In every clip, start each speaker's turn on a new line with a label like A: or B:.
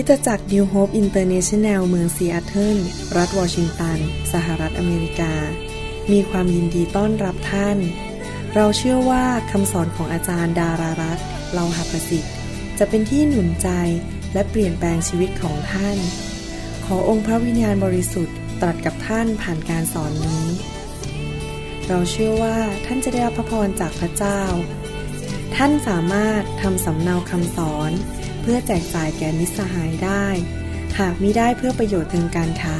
A: คริสตจักร New Hope International เมืองซีแอตเทิลรัฐวอชิงตันสหรัฐอเมริกามีความยินดีต้อนรับท่านเราเชื่อว่าคำสอนของอาจารย์ดารารัตน์เลาหประสิทธิ์จะเป็นที่หนุนใจและเปลี่ยนแปลงชีวิตของท่านขอองค์พระวิญญาณบริสุทธิ์ตรัสกับท่านผ่านการสอนนี้เราเชื่อว่าท่านจะได้รับพระพรจากพระเจ้าท่านสามารถทำสำเนาคำสอนเพื่อแจกจ่ายแก่มิตรสหายได้หากมิได้เพื่อประโยชน์ทางการค้า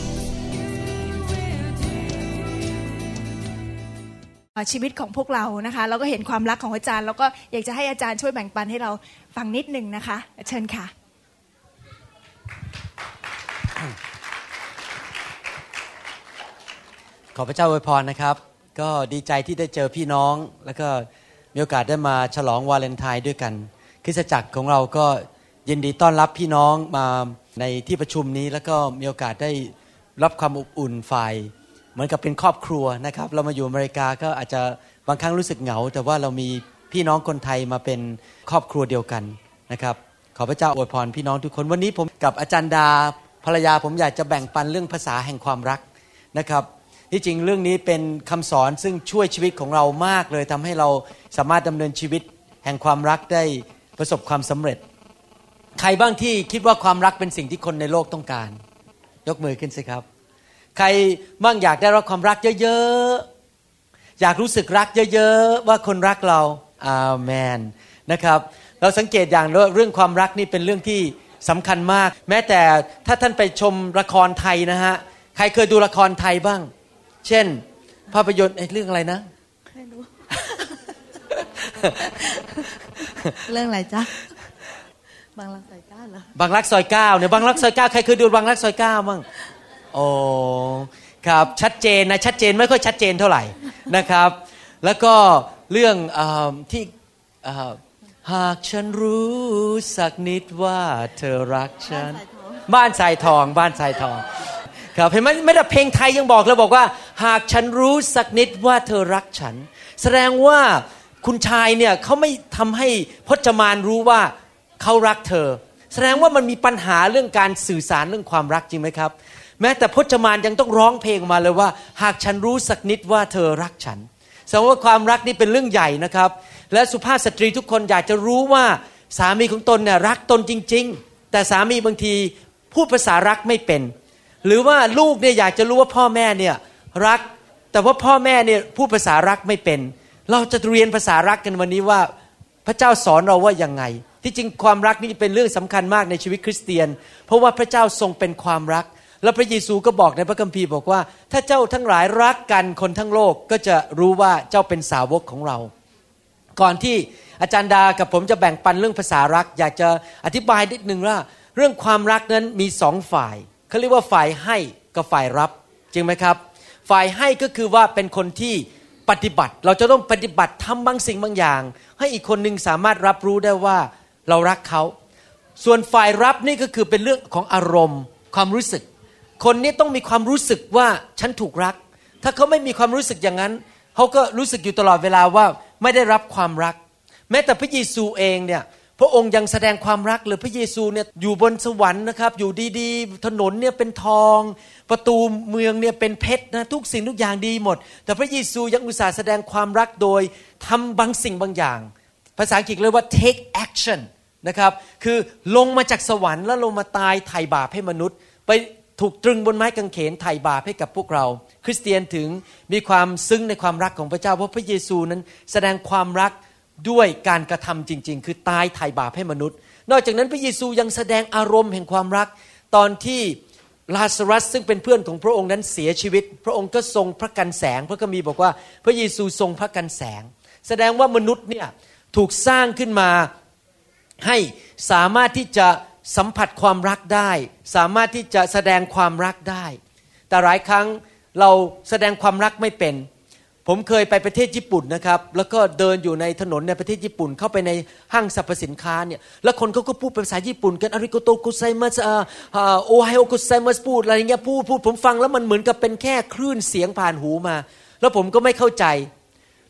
B: ชีวิตของพวกเรานะคะเราก็เห็นความรักของอาจารย์แล้วก็อยากจะให้อาจารย์ช่วยแบ่งปันให้เราฟังนิดนึงนะคะเชิญค่ะ
C: ขอพระเจ้าอวยพรนะครับก็ดีใจที่ได้เจอพี่น้องแล้วก็มีโอกาสได้มาฉลองวาเลนไทน์ด้วยกันคริสตจักรของเราก็ยินดีต้อนรับพี่น้องมาในที่ประชุมนี้แล้วก็มีโอกาสได้รับความอบอุ่นฝ่ายเหมือนกับเป็นครอบครัวนะครับเรามาอยู่อเมริกาก็อาจจะบางครั้งรู้สึกเหงาแต่ว่าเรามีพี่น้องคนไทยมาเป็นครอบครัวเดียวกันนะครับขอพระเจ้าอวยพรพี่น้องทุกคนวันนี้ผมกับอาจารย์ดาภรรยาผมอยากจะแบ่งปันเรื่องภาษาแห่งความรักนะครับที่จริงเรื่องนี้เป็นคำสอนซึ่งช่วยชีวิตของเรามากเลยทำให้เราสามารถดำเนินชีวิตแห่งความรักได้ประสบความสำเร็จใครบ้างที่คิดว่าความรักเป็นสิ่งที่คนในโลกต้องการยกมือขึ้นสิครับใครบ้างอยากได้รับความรักเยอะๆอยากรู้สึกรักเยอะๆว่าคนรักเราอาเมนนะครับเราสังเกตอย่างเรื่องความรักนี่เป็นเรื่องที่สำคัญมากแม้แต่ถ้าท่านไปชมละครไทยนะฮะใครเคยดูละครไทยบ้างเช่นภาพยนตร์เรื่องอะไรนะ
D: ไม่รู้ เรื่องอะไรจ๊ะบางรักซอย9เหรอบ
C: างรักซอย9เนี่ยบางรักซอย9ใครเคยดูบางรักซอย9บ้างโอ้ครับชัดเจนนะชัดเจนไม่ค่อยชัดเจนเท่าไหร่นะครับแล้วก็เรื่องที่หากฉันรู้สักนิดว่าเธอรักฉันบ้านทรายทองบ้านทรายทองครับเห็นไหมไม่แต่เพลงไทยยังบอกเลยบอกว่าหากฉันรู้สักนิดว่าเธอรักฉันแสดงว่าคุณชายเนี่ยเขาไม่ทำให้พจมานรู้ว่าเขารักเธอแสดงว่ามันมีปัญหาเรื่องการสื่อสารเรื่องความรักจริงไหมครับแม้แต่พจมานยังต้องร้องเพลงมาเลยว่าหากฉันรู้สักนิดว่าเธอรักฉันแสดงว่าความรักนี่เป็นเรื่องใหญ่นะครับและสุภาพสตรีทุกคนอยากจะรู้ว่าสามีของตนเนี่ยรักตนจริงๆแต่สามีบางทีพูดภาษารักไม่เป็นหรือว่าลูกเนี่ยอยากจะรู้ว่าพ่อแม่เนี่ยรักแต่ว่าพ่อแม่เนี่ยพูดภาษารักไม่เป็นเราจะเรียนภาษารักกันวันนี้ว่าพระเจ้าสอนเราว่ายังไงที่จริงความรักนี่เป็นเรื่องสำคัญมากในชีวิตคริสเตียนเพราะว่าพระเจ้าทรงเป็นความรักแล้วพระเยซูก็บอกในพระคัมภีร์บอกว่าถ้าเจ้าทั้งหลายรักกันคนทั้งโลกก็จะรู้ว่าเจ้าเป็นสาวกของเราก่อนที่อาจารย์ดากับผมจะแบ่งปันเรื่องภาษารักอยากจะอธิบายนิดนึงว่าเรื่องความรักนั้นมี2ฝ่ายเขาเรียกว่าฝ่ายให้กับฝ่ายรับจริงไหมครับฝ่ายให้ก็คือว่าเป็นคนที่ปฏิบัติเราจะต้องปฏิบัติทำบางสิ่งบางอย่างให้อีกคนนึงสามารถรับรู้ได้ว่าเรารักเขาส่วนฝ่ายรับนี่ก็คือเป็นเรื่องของอารมณ์ความรู้สึกคนนี้ต้องมีความรู้สึกว่าฉันถูกรักถ้าเขาไม่มีความรู้สึกอย่างนั้นเขาก็รู้สึกอยู่ตลอดเวลาว่าไม่ได้รับความรักแม้แต่พระเยซูเองเนี่ยพระองค์ยังแสดงความรักเลยพระเยซูเนี่ยอยู่บนสวรรค์นะครับอยู่ดีๆถนนเนี่ยเป็นทองประตูเมืองเนี่ยเป็นเพชรนะทุกสิ่งทุกอย่างดีหมดแต่พระเยซูยังอุตส่าห์แสดงความรักโดยทำบางสิ่งบางอย่างภาษาอังกฤษเรียกว่า take action นะครับคือลงมาจากสวรรค์แล้วลงมาตายไถ่บาปให้มนุษย์ไปถูกตรึงบนไม้กางเขนไถ่บาปให้กับพวกเราคริสเตียนถึงมีความซึ้งในความรักของพระเจ้าเพราะพระเยซูนั้นแสดงความรักด้วยการกระทำจริงๆคือตายไถ่บาปให้มนุษย์นอกจากนั้นพระเยซูยังแสดงอารมณ์แห่งความรักตอนที่ลาซารัสซึ่งเป็นเพื่อนของพระองค์นั้นเสียชีวิตพระองค์ก็ทรงพระกันแสงพระคัมภีร์บอกว่าพระเยซูทรงพระกันแสงแสดงว่ามนุษย์เนี่ยถูกสร้างขึ้นมาให้สามารถที่จะสัมผัสความรักได้สามารถที่จะแสดงความรักได้แต่หลายครั้งเราแสดงความรักไม่เป็นผมเคยไปประเทศญี่ปุ่นนะครับแล้วก็เดินอยู่ในถนนในประเทศญี่ปุ่นเข้าไปในห้างสรรพสินค้าเนี่ยแล้วคนเขาก็พูดภาษาญี่ปุ่นกันอาริโกโตโกไซมัสโอไฮโอโกไซมัสพูดอะไรอย่างเงี้ยพูดผมฟังแล้วมันเหมือนกับเป็นแค่คลื่นเสียงผ่านหูมาแล้วผมก็ไม่เข้าใจ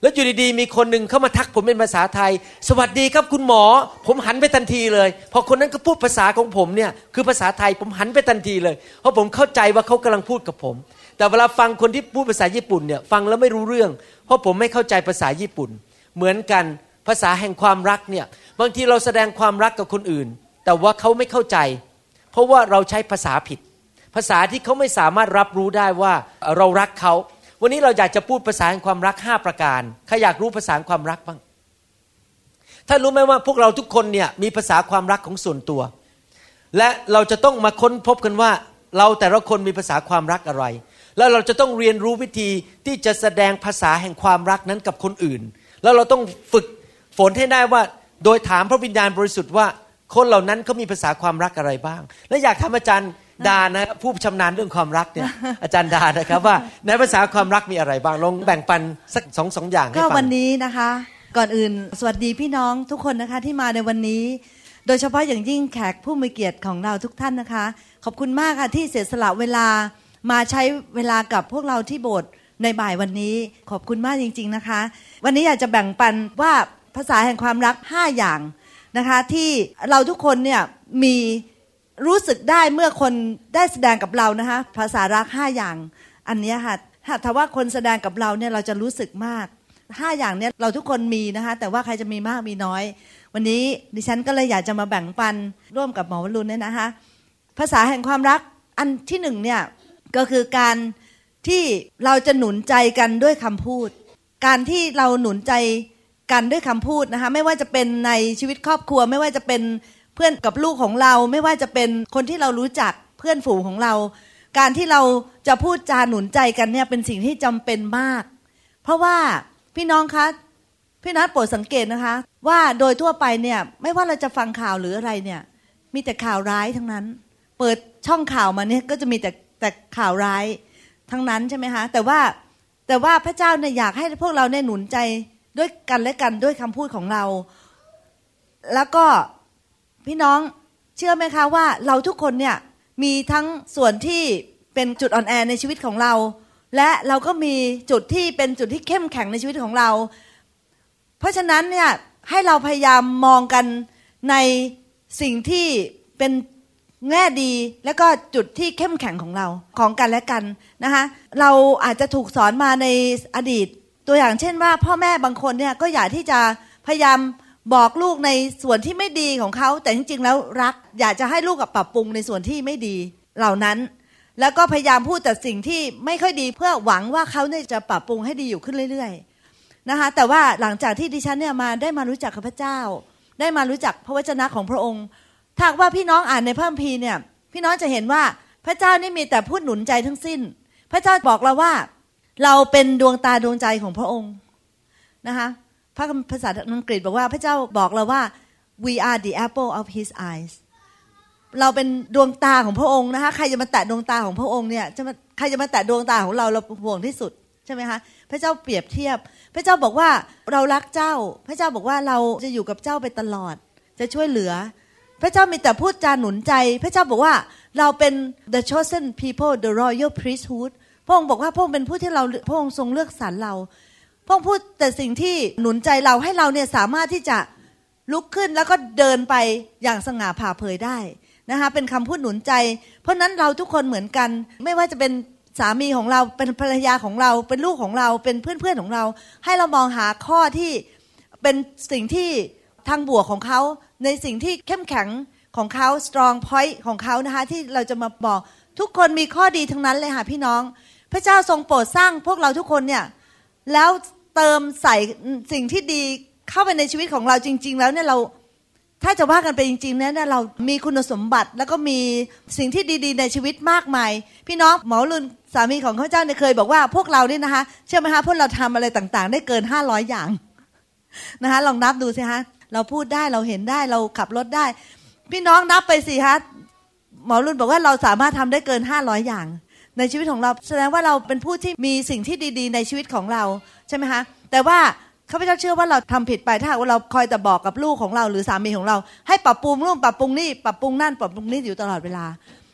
C: แล้วอยู่ดีๆมีคนหนึ่งเข้ามาทักผมเป็นภาษาไทยสวัสดีครับคุณหมอผมหันไปทันทีเลยพอคนนั้นก็พูดภาษาของผมเนี่ยคือภาษาไทยผมหันไปทันทีเลยเพราะผมเข้าใจว่าเขากำลังพูดกับผมแต่เวลาฟังคนที่พูดภาษาญี่ปุ่นเนี่ยฟังแล้วไม่รู้เรื่องเพราะผมไม่เข้าใจภาษาญี่ปุ่นเหมือนกันภาษาแห่งความรักเนี่ยบางทีเราแสดงความรักกับคนอื่นแต่ว่าเขาไม่เข้าใจเพราะว่าเราใช้ภาษาผิดภาษาที่เขาไม่สามารถรับรู้ได้ว่าเรารักเขาวันนี้เราอยากจะพูดภาษาแห่งความรัก5ประการใครอยากรู้ภาษาแห่งความรักบ้างท่านรู้ไหมว่าพวกเราทุกคนเนี่ยมีภาษาความรักของส่วนตัวและเราจะต้องมาค้นพบกันว่าเราแต่ละคนมีภาษาความรักอะไรแล้วเราจะต้องเรียนรู้วิธีที่จะแสดงภาษาแห่งความรักนั้นกับคนอื่นแล้วเราต้องฝึกฝนให้ได้ว่าโดยถามพระวิญญาณบริสุทธิ์ว่าคนเหล่านั้นเขามีภาษาความรักอะไรบ้างและอยากถามอาจารย์ดานะผู้ชำนาญเรื่องความรักเนี่ย อาจารย์ดานะครับว่าในภาษาความรักมีอะไรบ้างลองแบ่งปันสักสองอย่างให้ฟัง
D: ก็วันนี้นะคะก่อนอื่นสวัสดีพี่น้องทุกคนนะคะที่มาในวันนี้โดยเฉพาะอย่างยิ่งแขกผู้มีเกียรติของเราทุกท่านนะคะขอบคุณมากค่ะที่เสียสละเวลามาใช้เวลากับพวกเราที่โบสถ์ในบ่ายวันนี้ขอบคุณมากจริงๆนะคะวันนี้อยากจะแบ่งปันว่าภาษาแห่งความรัก5อย่างนะคะที่เราทุกคนเนี่ยมีรู้สึกได้เมื่อคนได้แสดงกับเรานะคะภาษารัก5อย่างอันนี้ค่ะถ้าว่าคนแสดงกับเราเนี่ยเราจะรู้สึกมาก5อย่างเนี่ยเราทุกคนมีนะคะแต่ว่าใครจะมีมากมีน้อยวันนี้ดิฉันก็เลยอยากจะมาแบ่งปันร่วมกับหมอวรุณเนี่ยนะคะภาษาแห่งความรักอันที่1เนี่ยก็คือการที่เราจะหนุนใจกันด้วยคำพูดการที่เราหนุนใจกันด้วยคำพูดนะคะไม่ว่าจะเป็นในชีวิตครอบครัวไม่ว่าจะเป็นเพื่อนกับลูกของเราไม่ว่าจะเป็นคนที่เรารู้จักเพื่อนฝูงของเราการที่เราจะพูดจาหนุนใจกันเนี่ยเป็นสิ่งที่จำเป็นมากเพราะว่าพี่น้องคะพี่นัทโปรดสังเกตนะคะว่าโดยทั่วไปเนี่ยไม่ว่าเราจะฟังข่าวหรืออะไรเนี่ยมีแต่ข่าวร้ายทั้งนั้นเปิดช่องข่าวมาเนี่ยก็จะมีแต่ข่าวร้ายทั้งนั้นใช่ไหมคะแต่ว่าพระเจ้าเนี่ยอยากให้พวกเราเนี่ยหนุนใจด้วยกันและกันด้วยคำพูดของเราแล้วก็พี่น้องเชื่อไหมคะว่าเราทุกคนเนี่ยมีทั้งส่วนที่เป็นจุดอ่อนแอในชีวิตของเราและเราก็มีจุดที่เป็นจุดที่เข้มแข็งในชีวิตของเราเพราะฉะนั้นเนี่ยให้เราพยายามมองกันในสิ่งที่เป็นแง่ดีและก็จุดที่เข้มแข็งของเราของกันและกันนะคะเราอาจจะถูกสอนมาในอดีตตัวอย่างเช่นว่าพ่อแม่บางคนเนี่ยก็อยากที่จะพยายามบอกลูกในส่วนที่ไม่ดีของเขาแต่จริงๆแล้วรักอยากจะให้ลูกปรับปรุงในส่วนที่ไม่ดีเหล่านั้นแล้วก็พยายามพูดแต่สิ่งที่ไม่ค่อยดีเพื่อหวังว่าเขาเนี่ยจะปรับปรุงให้ดีอยู่ขึ้นเรื่อยๆนะคะแต่ว่าหลังจากที่ดิฉันเนี่ยได้มารู้จักกับพระเจ้าได้มารู้จักพระวจนะของพระองค์ถ้าว่าพี่น้องอ่านในพระคัมภีร์เนี่ยพี่น้องจะเห็นว่าพระเจ้านี่มีแต่พูดหนุนใจทั้งสิ้นพระเจ้าบอกเราว่าเราเป็นดวงตาดวงใจของพระองค์นะคะพระภาษาอังกฤษบอกว่าพระเจ้าบอกเราว่า we are the apple of his eyes เราเป็นดวงตาของพระองค์นะคะใครจะมาแตะดวงตาของพระองค์เนี่ยใครจะมาแตะดวงตาของเราห่วงที่สุดใช่ไหมคะพระเจ้าเปรียบเทียบพระเจ้าบอกว่าเรารักเจ้าพระเจ้าบอกว่าเราจะอยู่กับเจ้าไปตลอดจะช่วยเหลือพระเจ้ามีแต่พูดจาหนุนใจพระเจ้าบอกว่าเราเป็น the chosen people the royal priesthood พระองค์บอกว่าพระองค์เป็นผู้ที่พระองค์ทรงเลือกสรรเราพระองค์พูดแต่สิ่งที่หนุนใจเราให้เราเนี่ยสามารถที่จะลุกขึ้นแล้วก็เดินไปอย่างสง่าผ่าเผยได้นะคะเป็นคำพูดหนุนใจเพราะนั้นเราทุกคนเหมือนกันไม่ว่าจะเป็นสามีของเราเป็นภรรยาของเราเป็นลูกของเราเป็นเพื่อนๆของเราให้เรามองหาข้อที่เป็นสิ่งที่ทางบวกของเขาในสิ่งที่เข้มแข็งของเขา strong point ของเขานะคะที่เราจะมาบอกทุกคนมีข้อดีทั้งนั้นเลยค่ะพี่น้องพระเจ้าทรงโปรดสร้างพวกเราทุกคนเนี่ยแล้วเติมใส่สิ่งที่ดีเข้าไปในชีวิตของเราจริงๆแล้วเนี่ยเราถ้าจะว่ากันไปจริงๆเนี่ยเรามีคุณสมบัติแล้วก็มีสิ่งที่ดีๆในชีวิตมากมายพี่น้องหมอวรุณสามีของข้าพเจ้าเนี่ยเคยบอกว่าพวกเราเนี่ยนะคะเชื่อไหมคะพวกเราทำอะไรต่างๆได้เกิน500อย่างนะคะลองนับดูสิคะเราพูดได้เราเห็นได้เราขับรถได้พี่น้องนับไปสิคะหมอวรุณบอกว่าเราสามารถทำได้เกิน500อย่างในชีวิตของเราแสดงว่าเราเป็นผู้ที่มีสิ่งที่ดีๆในชีวิตของเราใช่ไหมคะแต่ว่าข้าพเจ้าเชื่อว่าเราทำผิดไปถ้าว่าเราคอยแต่บอกกับลูกของเราหรือสามีของเราให้ปรับปรุงนู่นปรับปรุงนี่ปรับปรุงนั่นปรับปรุงนี่อยู่ตลอดเวลา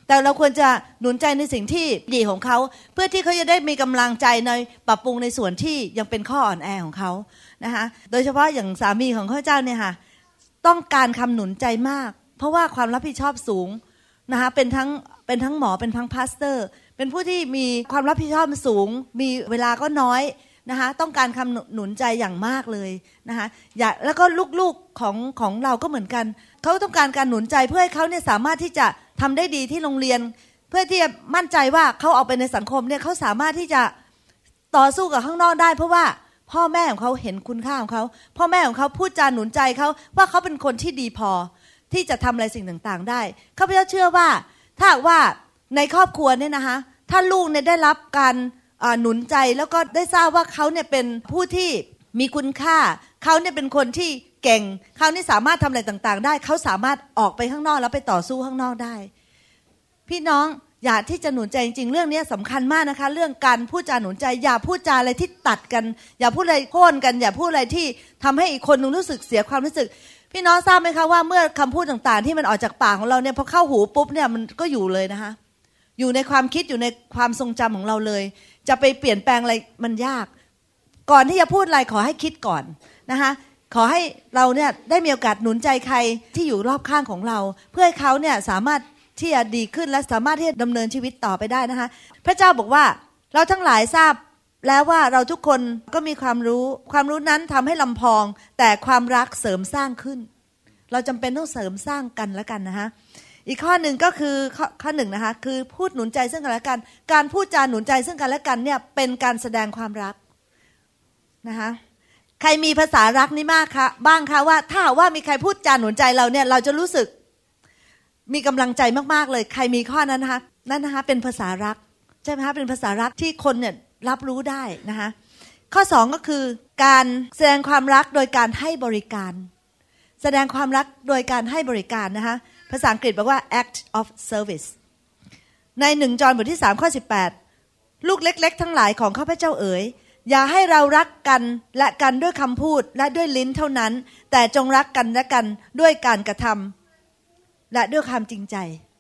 D: แต่เราควรจะหนุนใจในสิ่งที่ดีของเขาเพื่อที่เขาจะได้มีกำลังใจในปรับปรุงในส่วนที่ยังเป็นข้ออ่อนแอของเขานะคะโดยเฉพาะอย่างสามีของข้าเจ้าเนี่ยค่ะต้องการคำหนุนใจมากเพราะว่าความรับผิดชอบสูงนะคะเป็นทั้งหมอเป็นทั้งพาสเตอร์เป็นผู้ที่มีความรับผิดชอบสูงมีเวลาก็น้อยนะคะต้องการคำหนุนใจอย่างมากเลยนะคะแล้วก็ลูกๆของเราก็เหมือนกันเขาต้องการการหนุนใจเพื่อให้เขาเนี่ยสามารถที่จะทำได้ดีที่โรงเรียนเพื่อที่จะมั่นใจว่าเขาออกไปในสังคมเนี่ยเขาสามารถที่จะต่อสู้กับข้างนอกได้เพราะว่าพ่อแม่ของเขาเห็นคุณค่าของเขาพ่อแม่ของเขาพูดจาหนุนใจเขาว่าเขาเป็นคนที่ดีพอที่จะทำอะไรสิ่งต่างๆได้ข้าพเจ้าเชื่อว่าถ้าว่าในครอบครัวเนี่ยนะคะถ้าลูกเนี่ยได้รับการหนุนใจแล้วก็ได้ทราบว่าเขาเนี่ยเป็นผู้ที่มีคุณค่าเขาเนี่ยเป็นคนที่เก่งเขานี่สามารถทำอะไรต่างๆได้เขาสามารถออกไปข้างนอกแล้วไปต่อสู้ข้างนอกได้พี่น้องอยากที่จะหนุนใจจริงๆเรื่องนี้สำคัญมากนะคะเรื่องการพูดจาหนุนใจอย่าพูดจาอะไรที่ตัดกันอย่าพูดอะไรโค่นกันอย่าพูดอะไรที่ทำให้อีกคนนึงรู้สึกเสียความรู้สึกพี่น้องทราบไหมคะว่าเมื่อคำพูดต่างๆที่มันออกจากปากของเราเนี่ยพอเข้าหูปุ๊บเนี่ยมันก็อยู่เลยนะคะอยู่ในความคิดอยู่ในความทรงจำของเราเลยจะไปเปลี่ยนแปลงอะไรมันยากก่อนที่จะพูดอะไรขอให้คิดก่อนนะคะขอให้เราเนี่ยได้มีโอกาสหนุนใจใครที่อยู่รอบข้างของเราเพื่อให้เขาเนี่ยสามารถที่จะดีขึ้นและสามารถที่จะดำเนินชีวิตต่อไปได้นะคะพระเจ้าบอกว่าเราทั้งหลายทราบแล้วว่าเราทุกคนก็มีความรู้นั้นทำให้ลำพองแต่ความรักเสริมสร้างขึ้นเราจำเป็นต้องเสริมสร้างกันและกันนะคะอีกข้อหนึ่งก็คือข้อหนึ่งนะคะคือพูดหนุนใจซึ่งกันและกันการพูดจาหนุนใจซึ่งกันและกันเนี่ยเป็นการแสดงความรักนะคะใครมีภาษารักนี่มากคะบ้างคะว่าถ้าว่ามีใครพูดจาหนุนใจเราเนี่ยเราจะรู้สึกมีกำลังใจมากๆเลยใครมีข้อนั้นนะคะนั่นนะคะเป็นภาษารักใช่ไหมคะเป็นภาษารักที่คนเนี่ยรับรู้ได้นะคะข้อสองก็คือการแสดงความรักโดยการให้บริการแสดงความรักโดยการให้บริการนะคะภาษาอังกฤษบอกว่า act of service ใน1 จอห์นบทที่3ข้อ18ลูกเล็กๆทั้งหลายของข้าพเจ้าเอ๋ยอย่าให้เรารักกันและกันด้วยคำพูดและด้วยลิ้นเท่านั้นแต่จงรักกันและกันด้วยการกระทำและด้วยความจริงใจ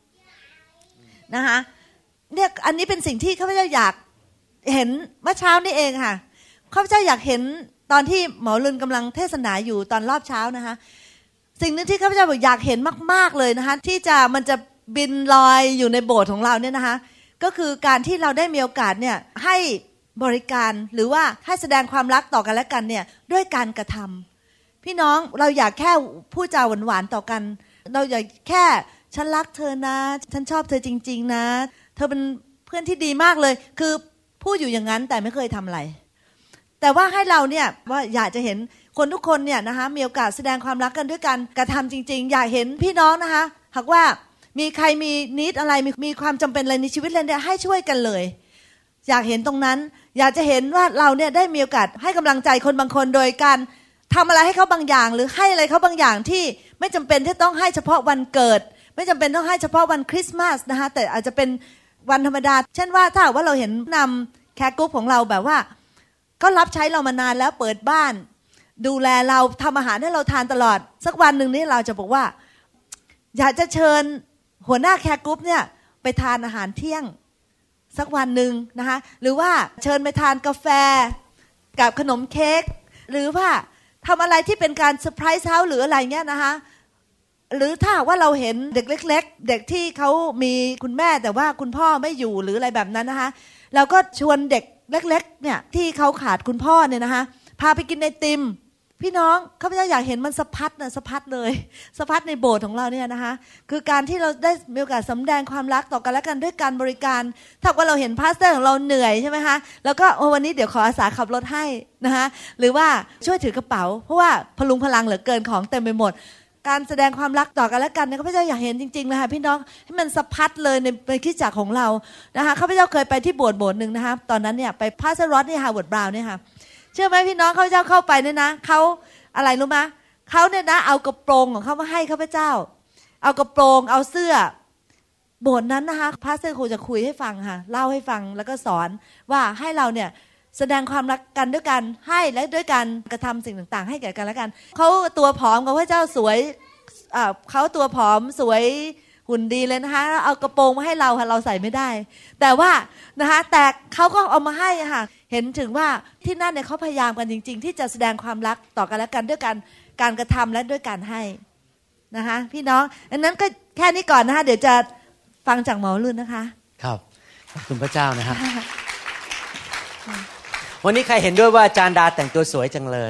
D: นะคะเนี่ยอันนี้เป็นสิ่งที่ข้าพเจ้าอยากเห็นเมื่อเช้านี้เองค่ะข้าพเจ้าอยากเห็นตอนที่หมอลุนกำลังเทศนาอยู่ตอนรอบเช้านะคะสิ่งนึงที่ข้าพเจ้าอยากเห็นมากๆเลยนะคะที่มันจะบินลอยอยู่ในโบสถ์ของเราเนี่ยนะคะก็คือการที่เราได้มีโอกาสเนี่ยให้บริการหรือว่าให้แสดงความรักต่อกันและกันเนี่ยด้วยการกระทำพี่น้องเราอยากแค่พูดจาหวานๆต่อกันเราอยากแค่ฉันรักเธอนะฉันชอบเธอจริงๆนะเธอเป็นเพื่อนที่ดีมากเลยคือพูดอยู่อย่างนั้นแต่ไม่เคยทำอะไรแต่ว่าให้เราเนี่ยว่าอยากจะเห็นคนทุกคนเนี่ยนะคะมีโอกาสแสดงความรักกันด้วยการกระทำจริงๆอยากเห็นพี่น้องนะคะหากว่ามีใครมีนิดอะไรมีความจำเป็นอะไรในชีวิตเลยเนี่ยให้ช่วยกันเลยอยากเห็นตรงนั้นอยากจะเห็นว่าเราเนี่ยได้มีโอกาสให้กำลังใจคนบางคนโดยการทำอะไรให้เขาบางอย่างหรือให้อะไรเขาบางอย่างที่ไม่จำเป็นที่ต้องให้เฉพาะวันเกิดไม่จำเป็นต้องให้เฉพาะวันคริสต์มาสนะคะแต่อาจจะเป็นวันธรรมดาเช่นว่าถ้าว่าเราเห็นนำแคร์กรุ๊ปของเราแบบว่าก็รับใช้เรามานานแล้วเปิดบ้านดูแลเราทำอาหารให้เราทานตลอดสักวันหนึ่งนี้เราจะบอกว่าอยากจะเชิญหัวหน้าแคร์กรุ๊ปเนี่ยไปทานอาหารเที่ยงสักวันหนึ่งนะคะหรือว่าเชิญไปทานกาแฟกับขนมเค้กหรือว่าทำอะไรที่เป็นการเซอร์ไพรส์เขาหรืออะไรเงี้ยนะคะหรือถ้าว่าเราเห็นเด็กเล็กๆเด็กที่เขามีคุณแม่แต่ว่าคุณพ่อไม่อยู่หรืออะไรแบบนั้นนะคะเราก็ชวนเด็กเล็กๆเนี่ยที่เขาขาดคุณพ่อเนี่ยนะคะพาไปกินไอติมพี่น้องข้าพเจ้าอยากเห็นมันสะพัดนะสะพัดเลยสะพัดในโบสถ์ของเราเนี่ยนะคะคือการที่เราได้มีโอกาสสำแดงความรักต่อกันและกันด้วยการบริการถ้าว่าเราเห็นพาสเตอร์ของเราเหนื่อยใช่ไหมคะแล้วก็วันนี้เดี๋ยวขออาสาขับรถให้นะคะหรือว่าช่วยถือกระเป๋าเพราะว่าพลุงพลังเหลือเกินของเต็มไปหมดการแสดงความรักต่อกันและกันเนี่ยข้าพเจ้าอยากเห็นจริงๆนะคะพี่น้องให้มันสะพัดเลยในคริสตจักรของเรานะคะข้าพเจ้าเคยไปที่โบสถ์นึงนะคะตอนนั้นเนี่ยไปพาสเตอร์รอดนี่ฮาวเวิร์ดบราวน์เนี่ยค่ะเชื่อไหมพี่น้องข้าพเจ้าเข้าไปเนี่ยนะเขาอะไรรู้ไหมเขาเนี่ยนะเอากระโปรงของเขามาให้ข้าพเจ้าเอากระโปรงเอาเสื้อโบสถ์นั้นนะคะพาสเตอร์ครูจะคุยให้ฟังค่ะเล่าให้ฟังแล้วก็สอนว่าให้เราเนี่ยแสดงความรักกันด้วยกันให้และด้วยการกระทำสิ่งต่างๆให้แก่กันและกันเขาตัวผอมกับพระเจ้าสวยเขาตัวผอมสวยหุ่นดีเลยนะคะเอากระโปรงมาให้เราค่ะเราใส่ไม่ได้แต่ว่านะคะแต่เขาก็เอามาให้ค่ะเห็นถึงว่าที่นั่นเนี่ยเขาพยายามกันจริงๆที่จะแสดงความรักต่อกันและกันด้วยการกระทำและด้วยการให้นะคะพี่น้องดังนั้นก็แค่นี้ก่อนนะคะเดี๋ยวจะฟังจากหมอรุ่นนะคะ
C: ครับขอบคุณพระเจ้านะฮะ วันนี้ใครเห็นด้วยว่าอาจารย์ดาแต่งตัวสวยจังเลย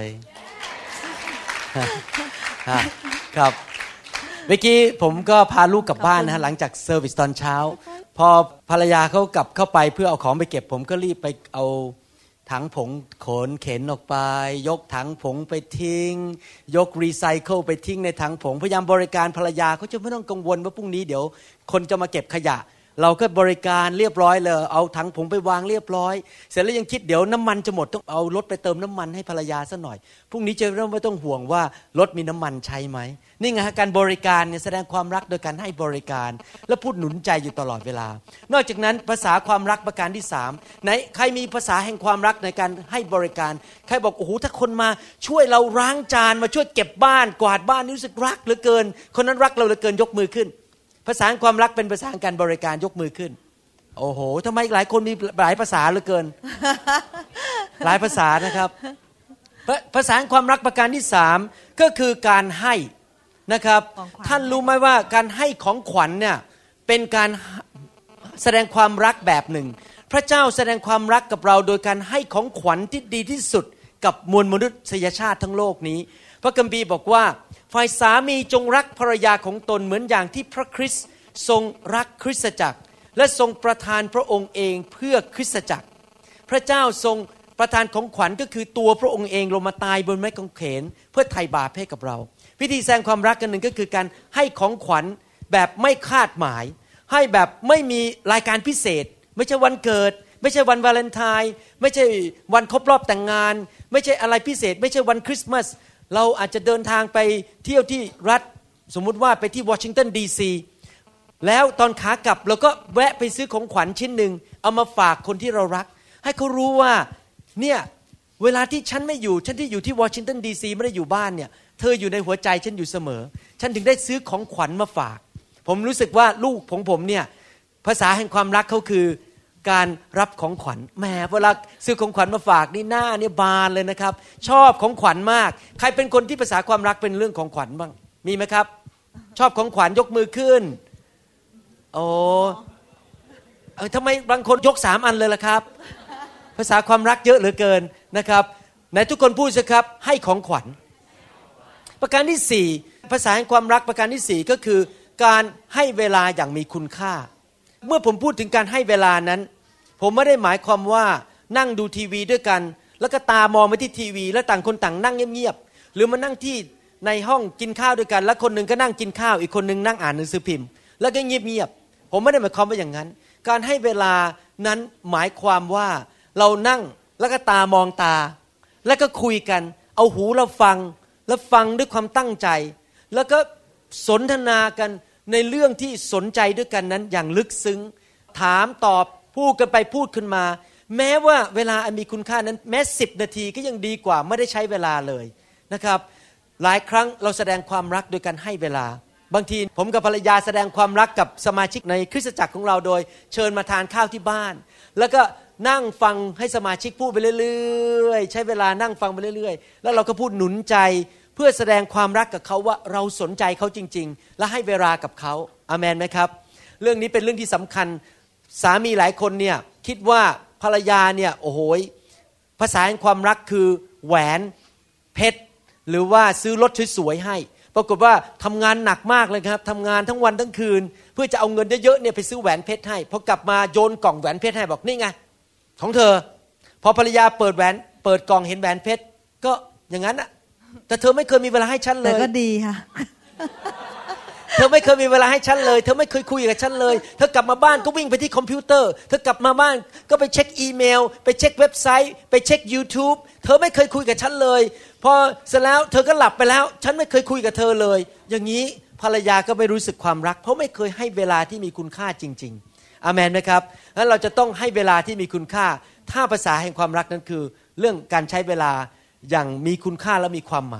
C: ครับเมื่อกี้ผมก็พาลูกกลับบ้านนะฮะหลังจากเซอร์วิสตอนเช้าพอภรรยาเขากลับเข้าไปเพื่อเอาของไปเก็บผมก็รีบไปเอาถังผงเข็นออกไปยกถังผงไปทิ้งยกรีไซเคิลไปทิ้งในถังผงพยายามบริการภรรยาเขาจะไม่ต้องกังวลว่าพรุ่งนี้เดี๋ยวคนจะมาเก็บขยะเราก็บริการเรียบร้อยเลยเอาถังผงไปวางเรียบร้อยเสร็จแล้วยังคิดเดี๋ยวน้ำมันจะหมดต้องเอารถไปเติมน้ำมันให้ภรรยาซะหน่อยพรุ่งนี้จะเริ่มไม่ต้องห่วงว่ารถมีน้ำมันใช้ไหมนี่ไงฮะการบริการเนี่ยแสดงความรักโดยการให้บริการและพูดหนุนใจอยู่ตลอดเวลานอกจากนั้นภาษาความรักประการที่3ไหนใครมีภาษาแห่งความรักในการให้บริการใครบอกโอ้โหถ้าคนมาช่วยเราล้างจานมาช่วยเก็บบ้านกวาดบ้านรู้สึกรักเหลือเกินคนนั้นรักเราเหลือเกินยกมือขึ้นภาษาแห่งความรักเป็นภาษาการบริการยกมือขึ้นโอ้โหทำไมหลายคนมีหลายภาษาเหลือเกิน หลายภาษานะครับภาษาความรักประการที่3ก็คือการให้นะครับท่านรู้ไหมว่าการให้ของขวัญเนี่ยเป็นการแสดงความรักแบบหนึ่งพระเจ้าแสดงความรักกับเราโดยการให้ของขวัญที่ดีที่สุดกับมวลมนุษยชาติทั้งโลกนี้พระคัมภีร์บอกว่าฝ่ายสามีจงรักภรรยาของตนเหมือนอย่างที่พระคริสต์ทรงรักคริสตจักรและทรงประทานพระองค์เองเพื่อคริสตจักรพระเจ้าทรงประทานของขวัญก็คือตัวพระองค์เองลงมาตายบนไม้กางเขนเพื่อไถ่บาปให้กับเราวิธีแสดงความรักกันหนึ่งก็คือการให้ของขวัญแบบไม่คาดหมายให้แบบไม่มีรายการพิเศษไม่ใช่วันเกิดไม่ใช่วันวาเลนไทน์ไม่ใช่วันครบรอบแต่งงานไม่ใช่อะไรพิเศษไม่ใช่วันคริสต์มาสเราอาจจะเดินทางไปเที่ยวที่รัฐสมมุติว่าไปที่วอชิงตันดีซีแล้วตอนขากลับเราก็แวะไปซื้อของขวัญชิ้นหนึ่งเอามาฝากคนที่เรารักให้เขารู้ว่าเนี่ยเวลาที่ฉันไม่อยู่ฉันที่อยู่ที่วอชิงตันดีซีไม่ได้อยู่บ้านเนี่ยเธออยู่ในหัวใจฉันอยู่เสมอฉันถึงได้ซื้อของขวัญมาฝากผมรู้สึกว่าลูกของผมเนี่ยภาษาแห่งความรักเขาคือการรับของขวัญแหมเวลาซื้อของขวัญมาฝากนี่หน้าเนี่ยบานเลยนะครับชอบของขวัญมากใครเป็นคนที่ภาษาความรักเป็นเรื่องของขวัญบ้างมีไหมครับชอบของขวัญยกมือขึ้นโอ้ทำไมบางคนยก3อันเลยล่ะครับภาษาความรักเยอะเหลือเกินนะครับไหนทุกคนพูดสิครับให้ของขวัญประการที่4ภาษาแห่งความรักประการที่4ก็คือการให้เวลาอย่างมีคุณค่าเมื่อผมพูดถึงการให้เวลานั้นผมไม่ได้หมายความว่านั่งดูทีวีด้วยกันแล้วก็ตามองไปที่ทีวีแล้วต่างคนต่างนั่งเงียบๆหรือมานั่งที่ในห้องกินข้าวด้วยกันแล้วคนนึงก็นั่งกินข้าวอีกคนนึงนั่งอ่านหนังสือพิมพ์แล้วก็เงียบๆผมไม่ได้หมายความว่าอย่างนั้นการให้เวลานั้นหมายความว่าเรานั่งแล้วก็ตามองตาแล้วก็คุยกันเอาหูเราฟังแล้วฟังด้วยความตั้งใจแล้วก็สนทนากันในเรื่องที่สนใจด้วยกันนั้นอย่างลึกซึ้งถามตอบพูดกันไปพูดขึ้นมาแม้ว่าเวลาอันมีคุณค่านั้นแม้10นาทีก็ยังดีกว่าไม่ได้ใช้เวลาเลยนะครับหลายครั้งเราแสดงความรักโดยการให้เวลาบางทีผมกับภรรยาแสดงความรักกับสมาชิกในคริสตจักรของเราโดยเชิญมาทานข้าวที่บ้านแล้วก็นั่งฟังให้สมาชิกพูดไปเรื่อยๆใช้เวลานั่งฟังไปเรื่อยๆแล้วเราก็พูดหนุนใจเพื่อแสดงความรักกับเขาว่าเราสนใจเขาจริงๆและให้เวลากับเขาอาเมนไหมครับเรื่องนี้เป็นเรื่องที่สำคัญสามีหลายคนเนี่ยคิดว่าภรรยาเนี่ยโอ้โหภาษาแห่งความรักคือแหวนเพชรหรือว่าซื้อรถสวยๆให้ปรากฏว่าทำงานหนักมากเลยครับทำงานทั้งวันทั้งคืนเพื่อจะเอาเงินเยอะๆเนี่ยไปซื้อแหวนเพชรให้พอกลับมาโยนกล่องแหวนเพชรให้บอกนี่ไงของเธอพอภรรยาเปิดกล่องเห็นแหวนเพชรก็อย่างนั้นอะแต่เธอไม่เคยมีเวลาให้ฉันเลย
D: แต่ก็ดีค่ะ
C: เธอไม่เคยมีเวลาให้ฉันเลยเธอไม่เคยคุยกับฉันเลยเธอกลับมาบ้านก็วิ่งไปที่คอมพิวเตอร์เธอกลับมาบ้านก็ไปเช็คอีเมลไปเช็คเว็บไซต์ไปเช็ค YouTube เธอไม่เคยคุยกับฉันเลยพอเสร็จแล้วเธอก็หลับไปแล้วฉันไม่เคยคุยกับเธอเลยอย่างนี้ภรรยาก็ไม่รู้สึกความรักเพราะไม่เคยให้เวลาที่มีคุณค่าจริงๆอาเมนไหมครับงั้นเราจะต้องให้เวลาที่มีคุณค่าถ้าภาษาแห่งความรักนั้นคือเรื่องการใช้เวลาอย่างมีคุณค่าและมีความหมาย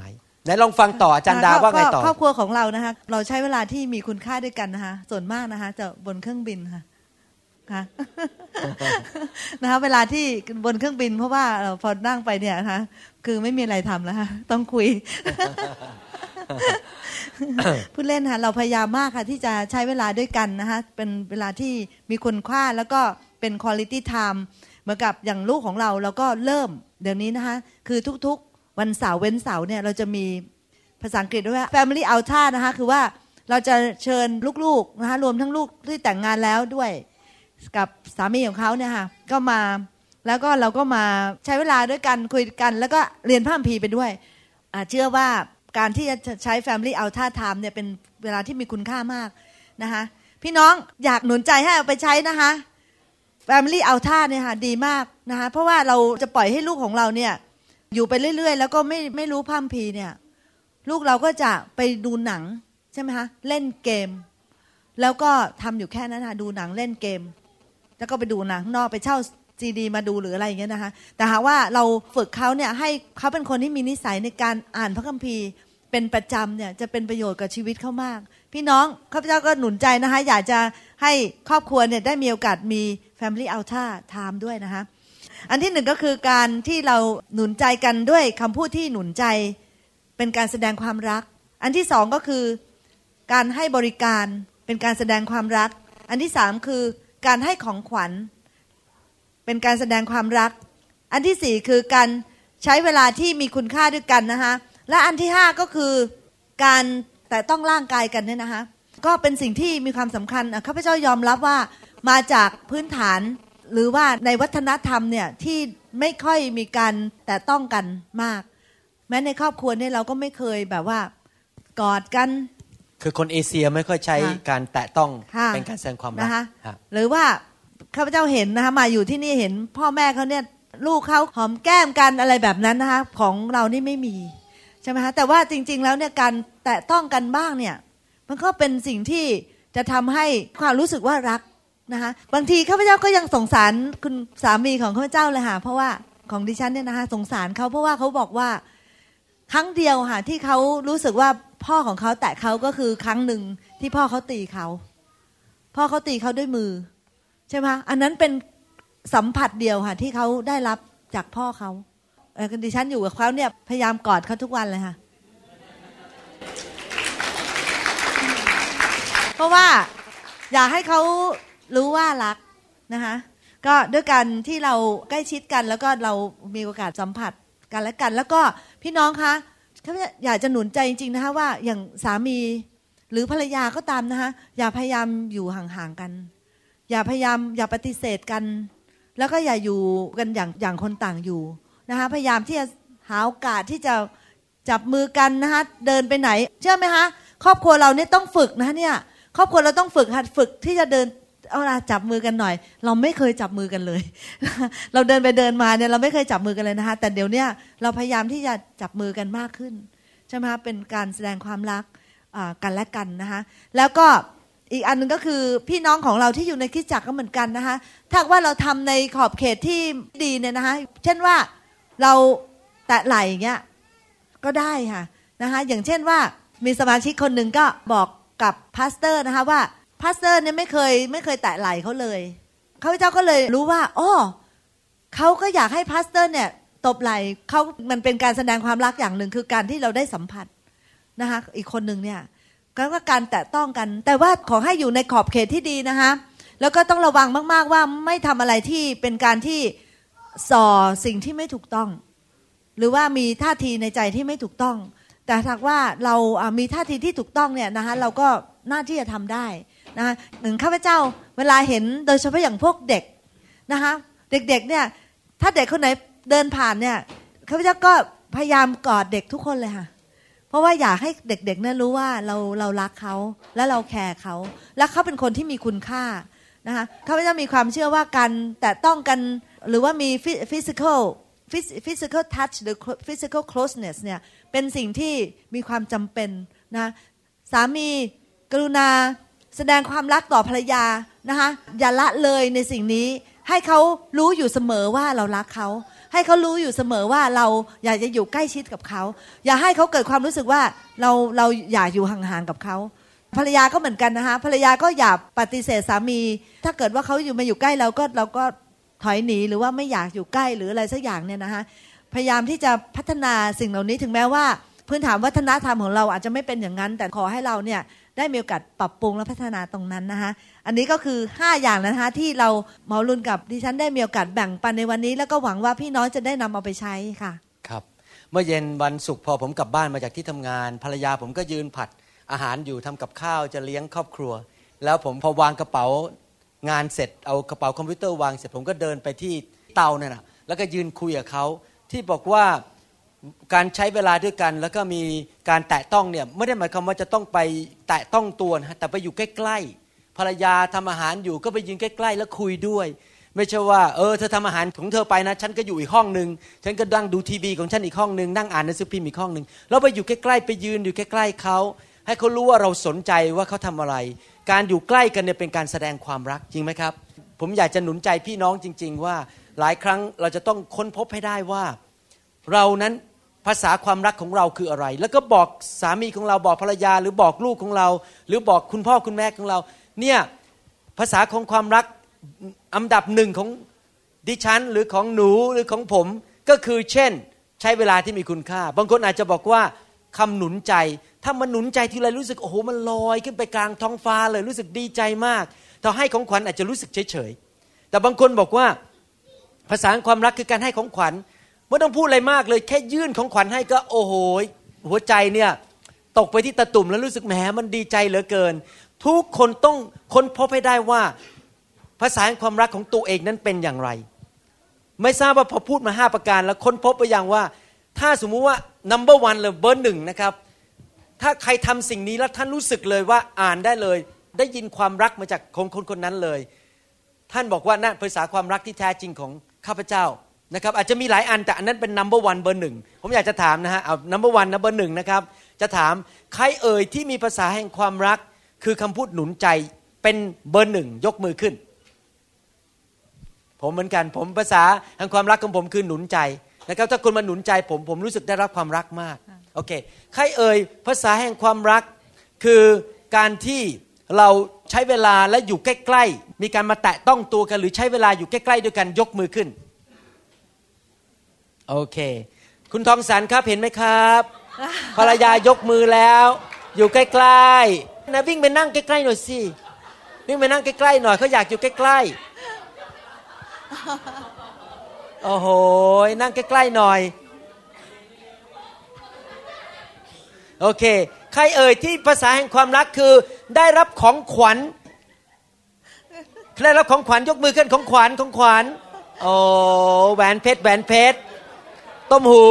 C: ไหนลองฟังต่ออาจารย์ดาว่าไงต่อ
D: ครอบครัวของเรานะคะเราใช้เวลาที่มีคุณค่าด้วยกันนะคะส่วนมากนะคะจะบนเครื่องบินค่ะนะคะเวลาที่บนเครื่องบินเพราะว่าพอนั่งไปเนี่ยนะคะคือไม่มีอะไรทำแล้วค่ะต้องคุย พูดเล่นค่ะเราพยายามมากค่ะที่จะใช้เวลาด้วยกันนะคะเป็นเวลาที่มีคุณค่าแล้วก็เป็น quality time เหมือนกับอย่างลูกของเราก็เริ่มเดี๋ยวนี้นะคะคือทุกๆวันเสาร์เว้นเสาร์เนี่ยเราจะมีภาษาอังกฤษด้วยว่า family outing นะคะคือว่าเราจะเชิญลูกๆนะคะรวมทั้งลูกที่แต่งงานแล้วด้วยกับสามีของเขาเนี่ยค่ะก็มาแล้วก็เราก็มาใช้เวลาด้วยกันคุยกันแล้วก็เรียนพระคัมภีร์ไปด้วยเชื่อว่าการที่จะใช้ family outing time เนี่ยเป็นเวลาที่มีคุณค่ามากนะคะพี่น้องอยากหนุนใจให้เอาไปใช้นะคะ family outing เนี่ยค่ะดีมากนะคะเพราะว่าเราจะปล่อยให้ลูกของเราเนี่ยอยู่ไปเรื่อยๆแล้วก็ไม่รู้พระคัมภีร์เนี่ยลูกเราก็จะไปดูหนังใช่ไหมคะเล่นเกมแล้วก็ทำอยู่แค่นั้นค่ะดูหนังเล่นเกมแล้วก็ไปดูหนังนอกไปเช่าซีดีมาดูหรืออะไรอย่างเงี้ยนะคะแต่หากว่าเราฝึกเขาเนี่ยให้เขาเป็นคนที่มีนิสัยในการอ่านพระคัมภีร์เป็นประจำเนี่ยจะเป็นประโยชน์กับชีวิตเขามากพี่น้องข้าพเจ้าก็หนุนใจนะคะอยากจะให้ครอบครัวเนี่ยได้มีโอกาสมี Family Outing Time ด้วยนะคะอันที่หนึ่งก็คือการที่เราหนุนใจกันด้วยคำพูดที่หนุนใจเป็นการแสดงความรักอันที่สองก็คือการให้บริการเป็นการแสดงความรักอันที่สามคือการให้ของขวัญเป็นการแสดงความรักอันที่สี่คือการใช้เวลาที่มีคุณค่าด้วยกันนะคะและอันที่ห้าก็คือการแต่ต้องร่างกายกันเนี่ยนะคะก็เป็นสิ่งที่มีความสำคัญข้าพเจ้ายอมรับว่ามาจากพื้นฐานหรือว่าในวัฒนธรรมเนี่ยที่ไม่ค่อยมีการแต่ต้องกันมากแม้ในครอบครัวเนี่ยเราก็ไม่เคยแบบว่ากอดกัน
C: คือคนเอเชียไม่ค่อยใช้การแตะต้องเป็นการแสดงความรักนะคะ
D: หรือว่าข้าพเจ้าเห็นนะคะมาอยู่ที่นี่เห็นพ่อแม่เขาเนี่ยลูกเขาหอมแก้มกันอะไรแบบนั้นนะคะของเรานี่ไม่มีใช่ไหมคะแต่ว่าจริงๆแล้วเนี่ยการแตะต้องกันบ้างเนี่ยมันก็เป็นสิ่งที่จะทำให้ความรู้สึกว่ารักนะคะบางทีข้าพเจ้าก็ยังสงสารคุณสามีของข้าพเจ้าเลยค่ะเพราะว่าของดิฉันเนี่ยนะคะสงสารเขาเพราะว่าเขาบอกว่าครั้งเดียวค่ะที่เขารู้สึกว่าพ่อของเขาแตะเขาก็คือครั้งหนึ่งที่พ่อเขาตีเขาด้วยมือใช่ไหมอันนั้นเป็นสัมผัสเดียวค่ะที่เขาได้รับจากพ่อเขาดิฉันอยู่กับเขาเนี่ยพยายามกอดเขาทุกวันเลยค่ะเพราะว่าอยากให้เขารู้ว่ารักนะคะก็ด้วยการที่เราใกล้ชิดกันแล้วก็เรามีโอกาสสัมผัสกันและกันแล้วก็พี่น้องคะอยากจะหนุนใจจริงๆนะคะว่าอย่างสามีหรือภรรยาก็ตามนะคะอย่าพยายามอยู่ห่างๆกันอย่าปฏิเสธกันแล้วก็อย่าอยู่กันอย่างคนต่างอยู่นะคะพยายามที่จะหาโอกาสที่จะจับมือกันนะคะเดินไปไหนเชื่อไหมคะครอบครัวเราเนี่ยต้องฝึกนะเนี่ยครอบครัวเราต้องฝึกที่จะเดินเอาล่ะจับมือกันหน่อยเราไม่เคยจับมือกันเลย เราเดินไปเดินมาเนี่ยเราไม่เคยจับมือกันเลยนะคะแต่เดี๋ยวนี้เราพยายามที่จะจับมือกันมากขึ้นใช่ไหมคะเป็นการแสดงความรักกันและกันนะคะแล้วก็อีกอันนึงก็คือพี่น้องของเราที่อยู่ในคริสตจักรก็เหมือนกันนะคะถ้าว่าเราทำในขอบเขตที่ดีเนี่ยนะคะเช่นว่าเราแตะไหล่อย่างเงี้ยก็ได้ค่ะนะคะอย่างเช่นว่ามีสมาชิกคนหนึ่งก็บอกกับพาสเตอร์นะคะว่าพาสเตอร์เนี่ยไม่เคยแตะไหล่เขาเลยข้าพเจ้าก็เลยรู้ว่าอ๋อเขาก็อยากให้พาสเตอร์เนี่ยตบไหล่เขามันเป็นการแสดงความรักอย่างหนึ่งคือการที่เราได้สัมผัสนะคะอีกคนหนึ่งเนี่ยก็การแตะต้องกันแต่ว่าขอให้อยู่ในขอบเขตที่ดีนะคะแล้วก็ต้องระวังมากๆว่าไม่ทำอะไรที่เป็นการที่ส่อสิ่งที่ไม่ถูกต้องหรือว่ามีท่าทีในใจที่ไม่ถูกต้องแต่ถ้าว่าเรามีท่าทีที่ถูกต้องเนี่ยนะคะเราก็น่าที่จะทำได้นะคะหนึ่งข้าพเจ้าเวลาเห็นโดยเฉพาะอย่างพวกเด็กนะคะเด็กๆเนี่ยถ้าเด็กคนไหนเดินผ่านเนี่ยข้าพเจ้าก็พยายามกอดเด็กทุกคนเลยค่ะเพราะว่าอยากให้เด็กๆเนี่ยรู้ว่าเรารักเขาและเราแคร์เขาและเขาเป็นคนที่มีคุณค่านะคะข้าพเจ้ามีความเชื่อว่าการแตะต้องกันหรือว่ามี physical touch หรือ physical closeness เนี่ยเป็นสิ่งที่มีความจำเป็นนะสามีกรุณาแสดงความรักต่อภรรยานะคะอย่าละเลยในสิ่งนี้ให้เขารู้อยู่เสมอว่าเรารักเขาให้เขารู้อยู่เสมอว่าเราอยากจะอยู่ใกล้ชิดกับเขาอย่าให้เขาเกิดความรู้สึกว่าเราอยากอยู่ห่างๆกับเขาภรรยาก็เหมือนกันนะคะภรรยาก็อย่าปฏิเสธสามีถ้าเกิดว่าเขามาอยู่ใกล้เราก็ถอยหนีหรือว่าไม่อยากอยู่ใกล้หรืออะไรสักอย่างเนี่ยนะคะพยายามที่จะพัฒนาสิ่งเหล่านี้ถึงแม้ว่าพื้นฐานวัฒนธรรมของเราอาจจะไม่เป็นอย่างนั้นแต่ขอให้เราเนี่ยได้มีโอกาสปรับปรุงและพัฒนาตรงนั้นนะคะอันนี้ก็คือ5อย่างนะคะที่เราหมอรุนกับดิฉันได้มีโอกาสแบ่งปันในวันนี้แล้วก็หวังว่าพี่น้องจะได้นำเอาไปใช้ค่ะ
C: ครับเมื่อเย็นวันศุกร์พอผมกลับบ้านมาจากที่ทำงานภรรยาผมก็ยืนผัดอาหารอยู่ทำกับข้าวจะเลี้ยงครอบครัวแล้วผมพอวางกระเป๋างานเสร็จเอากระเป๋าคอมพิวเตอร์วางเสร็จผมก็เดินไปที่เตาเนี่ยนะแล้วก็ยืนคุยกับเขาที่บอกว่าการใช้เวลาด้วยกันแล้วก็มีการแตะต้องเนี่ยไม่ได้หมายความว่าจะต้องไปแตะต้องตัวนะแต่ไปอยู่ใกล้ๆภรรยาทำอาหารอยู่ก็ไปยืนใกล้ๆแล้วคุยด้วยไม่ใช่ว่าเธอทำอาหารของเธอไปนะฉันก็อยู่อีกห้องนึงฉันก็นั่งดูทีวีของฉันอีกห้องนึงนั่งอ่านหนังสือพิมพ์อีกห้องนึงแล้วไปอยู่ใกล้ๆไปยืนอยู่ใกล้ๆเขาให้เขารู้ว่าเราสนใจว่าเขาทำอะไรการอยู่ใกล้กันเนี่ยเป็นการแสดงความรักจริงไหมครับผมอยากจะหนุนใจพี่น้องจริงๆว่าหลายครั้งเราจะต้องค้นพบให้ได้ว่าเรานั้นภาษาความรักของเราคืออะไรแล้วก็บอกสามีของเราบอกภรรยาหรือบอกลูกของเราหรือบอกคุณพ่อคุณแม่ของเราเนี่ยภาษาของความรักอันดับหนึ่งของดิฉันหรือของหนูหรือของผมก็คือเช่นใช้เวลาที่มีคุณค่าบางคนอาจจะบอกว่าคำหนุนใจถ้ามันหนุนใจทีไรรู้สึกโอ้โหมันลอยขึ้นไปกลางท้องฟ้าเลยรู้สึกดีใจมากถ้าให้ของขวัญอาจจะรู้สึกเฉยๆแต่บางคนบอกว่าภาษาความรักคือการให้ของขวัญไม่ต้องพูดอะไรมากเลยแค่ยื่นของขวัญให้ก็โอ้โหหัวใจเนี่ยตกไปที่ตะตุ่มแล้วรู้สึกแหมมันดีใจเหลือเกินทุกคนต้องค้นพบให้ได้ว่าภาษาความรักของตัวเองนั้นเป็นอย่างไรไม่ทราบว่าพอพูดมา5ประการแล้วค้นพบไปอย่างว่าถ้าสมมุติว่า number 1เลยเบอร์1นะครับถ้าใครทำสิ่งนี้แล้วท่านรู้สึกเลยว่าอ่านได้เลยได้ยินความรักมาจากคนนั้นเลยท่านบอกว่านั่นภาษาความรักที่แท้จริงของข้าพเจ้านะครับอาจจะมีหลายอันแต่อันนั้นเป็น number 1เบอร์1ผมอยากจะถามนะฮะเอา number 1นะเบอร์1นะครับจะถามใครที่มีภาษาแห่งความรักคือคำพูดหนุนใจเป็นเบอร์1ยกมือขึ้นผมเหมือนกันผมภาษาแห่งความรักของผมคือหนุนใจนะครับถ้าคนมาหนุนใจผมรู้สึกได้รับความรักมากโอเคใครภาษาแห่งความรักคือการที่เราใช้เวลาและอยู่ใกล้ๆมีการมาแตะต้องตัวกันหรือใช้เวลาอยู่ใกล้ๆด้วยกันยกมือขึ้นโอเคคุณทองสรรครับเห็นไหมครับภรรยายกมือแล้วอยู่ใกล้ๆนะวิ่งไปนั่งใกล้ๆหน่อยสิวิ่งไปนั่งใกล้ๆหน่อยเขาอยากอยู่ใกล้ๆโอ้โหนั่งใกล้ๆหน่อยโอเคใครที่ภาษาแห่งความรักคือได้รับของขวัญได้รับของขวัญยกมือขึ้นของขวัญโอ้แหวนเพชรต้มหู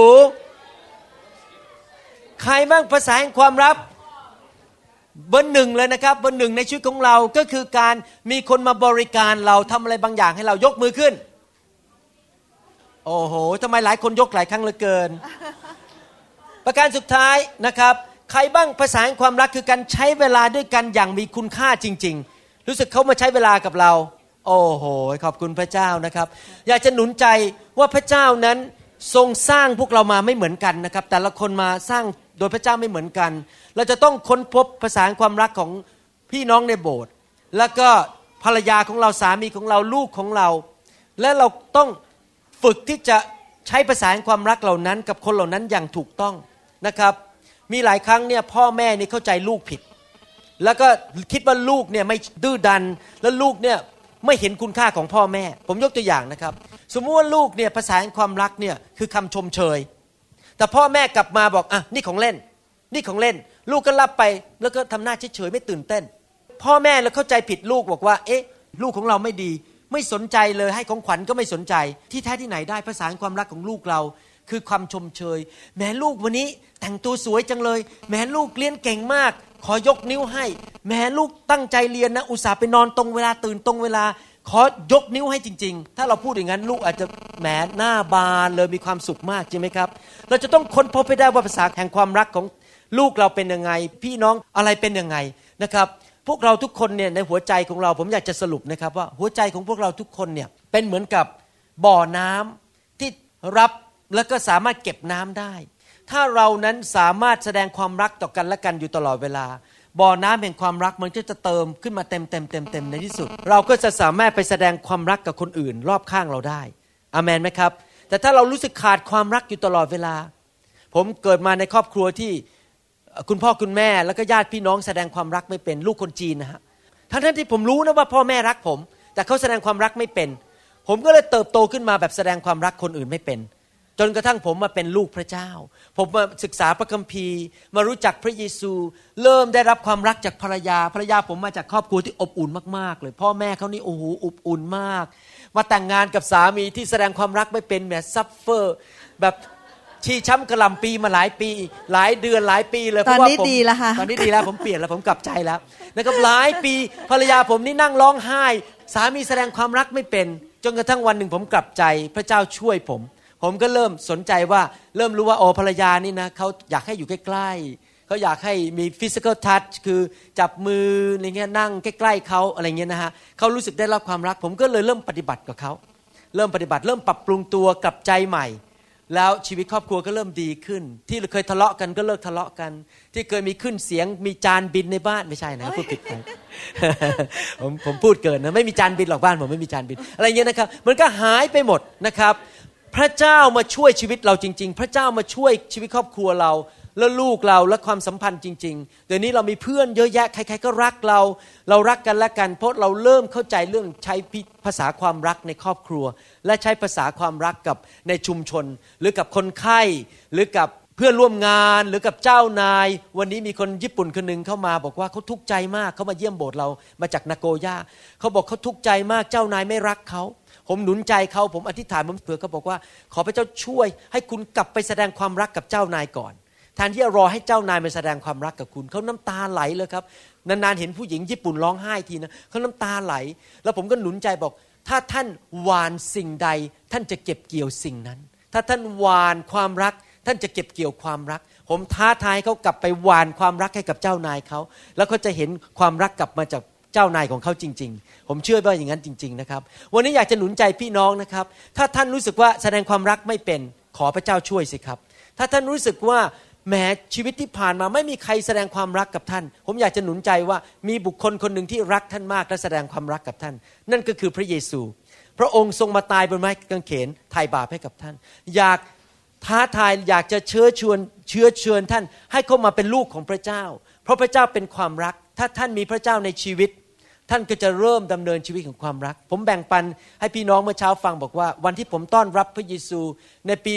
C: ใครบ้างภาษาแห่งความรักเบอร์หนึ่งเลยนะครับเบอร์หนึ่งในชีวิตของเราก็คือการมีคนมาบริการเราทำอะไรบางอย่างให้เรายกมือขึ้นโอ้โหทำไมหลายคนยกหลายครั้งเหลือเกิน ประการสุดท้ายนะครับใครบ้างภาษาแห่งความรักคือการใช้เวลาด้วยกันอย่างมีคุณค่าจริงๆรู้สึกเขามาใช้เวลากับเราโอ้โหขอบคุณพระเจ้านะครับอยากจะหนุนใจว่าพระเจ้านั้นทรงสร้างพวกเรามาไม่เหมือนกันนะครับแต่ละคนมาสร้างโดยพระเจ้าไม่เหมือนกันเราจะต้องค้นพบภาษาแห่งความรักของพี่น้องในโบสถ์แล้วก็ภรรยาของเราสามีของเราลูกของเราและเราต้องฝึกที่จะใช้ภาษาแห่งความรักเหล่านั้นกับคนเหล่านั้นอย่างถูกต้องนะครับมีหลายครั้งเนี่ยพ่อแม่นี่เข้าใจลูกผิดแล้วก็คิดว่าลูกเนี่ยไม่ดื้อดันแล้วลูกเนี่ยไม่เห็นคุณค่าของพ่อแม่ผมยกตัวอย่างนะครับสมมติว่าลูกเนี่ยภาษาแห่งความรักเนี่ยคือคำชมเชยแต่พ่อแม่กลับมาบอกอ่ะนี่ของเล่นลูกก็รับไปแล้วก็ทำหน้าเฉยๆไม่ตื่นเต้นพ่อแม่แล้วเข้าใจผิดลูกบอกว่าเอ๊ะลูกของเราไม่ดีไม่สนใจเลยให้ของขวัญก็ไม่สนใจที่แท้ที่ไหนได้ภาษาแห่งความรักของลูกเราคือความชมเชยแม่ลูกวันนี้แต่งตัวสวยจังเลยแม่ลูกเรียนเก่งมากขอยกนิ้วให้แม่ลูกตั้งใจเรียนนะอุตส่าห์ไปนอนตรงเวลาตื่นตรงเวลาขอยกนิ้วให้จริงๆถ้าเราพูดอย่างนั้นลูกอาจจะแหมหน้าบานเลยมีความสุขมากจริงไหมครับเราจะต้องค้นพบให้ได้ว่าภาษาแห่งความรักของลูกเราเป็นยังไงพี่น้องอะไรเป็นยังไงนะครับพวกเราทุกคนเนี่ยในหัวใจของเราผมอยากจะสรุปนะครับว่าหัวใจของพวกเราทุกคนเนี่ยเป็นเหมือนกับบ่อน้ำที่รับแล้วก็สามารถเก็บน้ำได้ถ้าเรานั้นสามารถแสดงความรักต่อกันและกันอยู่ตลอดเวลาบ่อน้ำแห่งความรักมันก็จะเติมขึ้นมาเต็มในที่สุดเราก็จะสามารถไปแสดงความรักกับคนอื่นรอบข้างเราได้อาเมนไหมครับแต่ถ้าเรารู้สึกขาดความรักอยู่ตลอดเวลาผมเกิดมาในครอบครัวที่คุณพ่อคุณแม่แล้วก็ญาติพี่น้องแสดงความรักไม่เป็นลูกคนจีนนะฮะทั้งที่ผมรู้นะว่าพ่อแม่รักผมแต่เขาแสดงความรักไม่เป็นผมก็เลยเติบโตขึ้นมาแบบแสดงความรักคนอื่นไม่เป็นจนกระทั่งผมมาเป็นลูกพระเจ้าผมมาศึกษาพระคัมภีร์มารู้จักพระเยซูเริ่มได้รับความรักจากภรรยาผมมาจากครอบครัวที่อบอุ่นมากๆเลยพ่อแม่เขานี่โอ้โหอบอุ่นมากมาแต่งงานกับสามีที่แสดงความรักไม่เป็นแบบซัฟเฟอร์แบบชีช้ำกระหล่ำปีมาหลายปีหลายเดือนหลายปีเลยเพราะว่าผมตอนนี้ดีแล้วผมเปลี่ยนแล้วผมกลับใจแล้วนะครับหลายปีภรรยาผมนี่นั่งร้องไห้สามีแสดงความรักไม่เป็นจนกระทั่งวันหนึ่งผมกลับใจพระเจ้าช่วยผมก็เริ่มสนใจว่าเริ่มรู้ว่าภรรยานี่นะเขาอยากให้อยู่ใกล้ๆเขาอยากให้มี physical touch คือจับมืออะไรเงี้ยนั่งใกล้ๆเขาอะไรเงี้ยนะฮะเขารู้สึกได้รับความรักผมก็เลยเริ่มปฏิบัติกับเขาเริ่มปฏิบัติเริ่มปรับปรุงตัวกลับใจใหม่แล้วชีวิตครอบครัวก็เริ่มดีขึ้นที่เคยทะเลาะกันก็เลิกทะเลาะกันที่เคยมีขึ้นเสียงมีจานบินในบ้านไม่ใช่นะพูดผิดไป ผมพูดเกินนะไม่มีจานบินหรอกบ้านผมไม่มีจานบินอะไรเงี้ยนะครับมันก็หายไปหมดนะครับพระเจ้ามาช่วยชีวิตเราจริงๆพระเจ้ามาช่วยชีวิตครอบครัวเราแล้วลูกเราและความสัมพันธ์จริงๆเดี๋ยวนี้เรามีเพื่อนเยอะแยะใครๆก็รักเรารักกันและกันเพราะเราเริ่มเข้าใจเรื่องใช้ภาษาความรักในครอบครัวและใช้ภาษาความรักกับในชุมชนหรือกับคนไข้หรือกับเพื่อนร่วมงานหรือกับเจ้านายวันนี้มีคนญี่ปุ่นคนนึงเข้ามาบอกว่าเขาทุกข์ใจมากเขามาเยี่ยมโบสถ์เรามาจากนาโกย่าเขาบอกเขาทุกข์ใจมากเจ้านายไม่รักเขาผมหนุนใจเขาผมอธิษฐานผมเผื่อเขาบอกว่าขอพระเจ้าช่วยให้คุณกลับไปแสดงความรักกับเจ้านายก่อนแทนที่จะรอให้เจ้านายมาแสดงความรักกับคุณเขาน้ำตาไหลเลยครับนานๆเห็นผู้หญิงญี่ปุ่นร้องไห้ทีนะเขาน้ำตาไหลแล้วผมก็หนุนใจบอกถ้าท่านหว่านสิ่งใดท่านจะเก็บเกี่ยวสิ่งนั้นถ้าท่านหว่านความรักท่านจะเก็บเกี่ยวความรักผมท้าทายเขากลับไปหว่านความรักให้กับเจ้านายเขาแล้วเขาจะเห็นความรักกลับมาจากเจ้านายของเขาจริงๆผมเชื่อว่าอย่างนั้นจริงๆนะครับวันนี้อยากจะหนุนใจพี่น้องนะครับถ้าท่านรู้สึกว่าแสดงความรักไม่เป็นขอพระเจ้าช่วยสิครับถ้าท่านรู้สึกว่าแม้ชีวิตที่ผ่านมาไม่มีใครแสดงความรักกับท่านผมอยากจะหนุนใจว่ามีบุคคลคนหนึ่งที่รักท่านมากและแสดงความรักกับท่านนั่นก็คือพระเยซูพระองค์ทรงมาตายบนไม้กางเขนไถ่บาปให้กับท่านอยากท้าทายอยากจะเชื้อเชิญท่านให้เข้ามาเป็นลูกของพระเจ้าเพราะพระเจ้าเป็นความรักถ้าท่านมีพระเจ้าในชีวิตท่านก็จะเริ่มดำเนินชีวิตของความรักผมแบ่งปันให้พี่น้องเมื่อเช้าฟังบอกว่าวันที่ผมต้อนรับพระเยซูในปี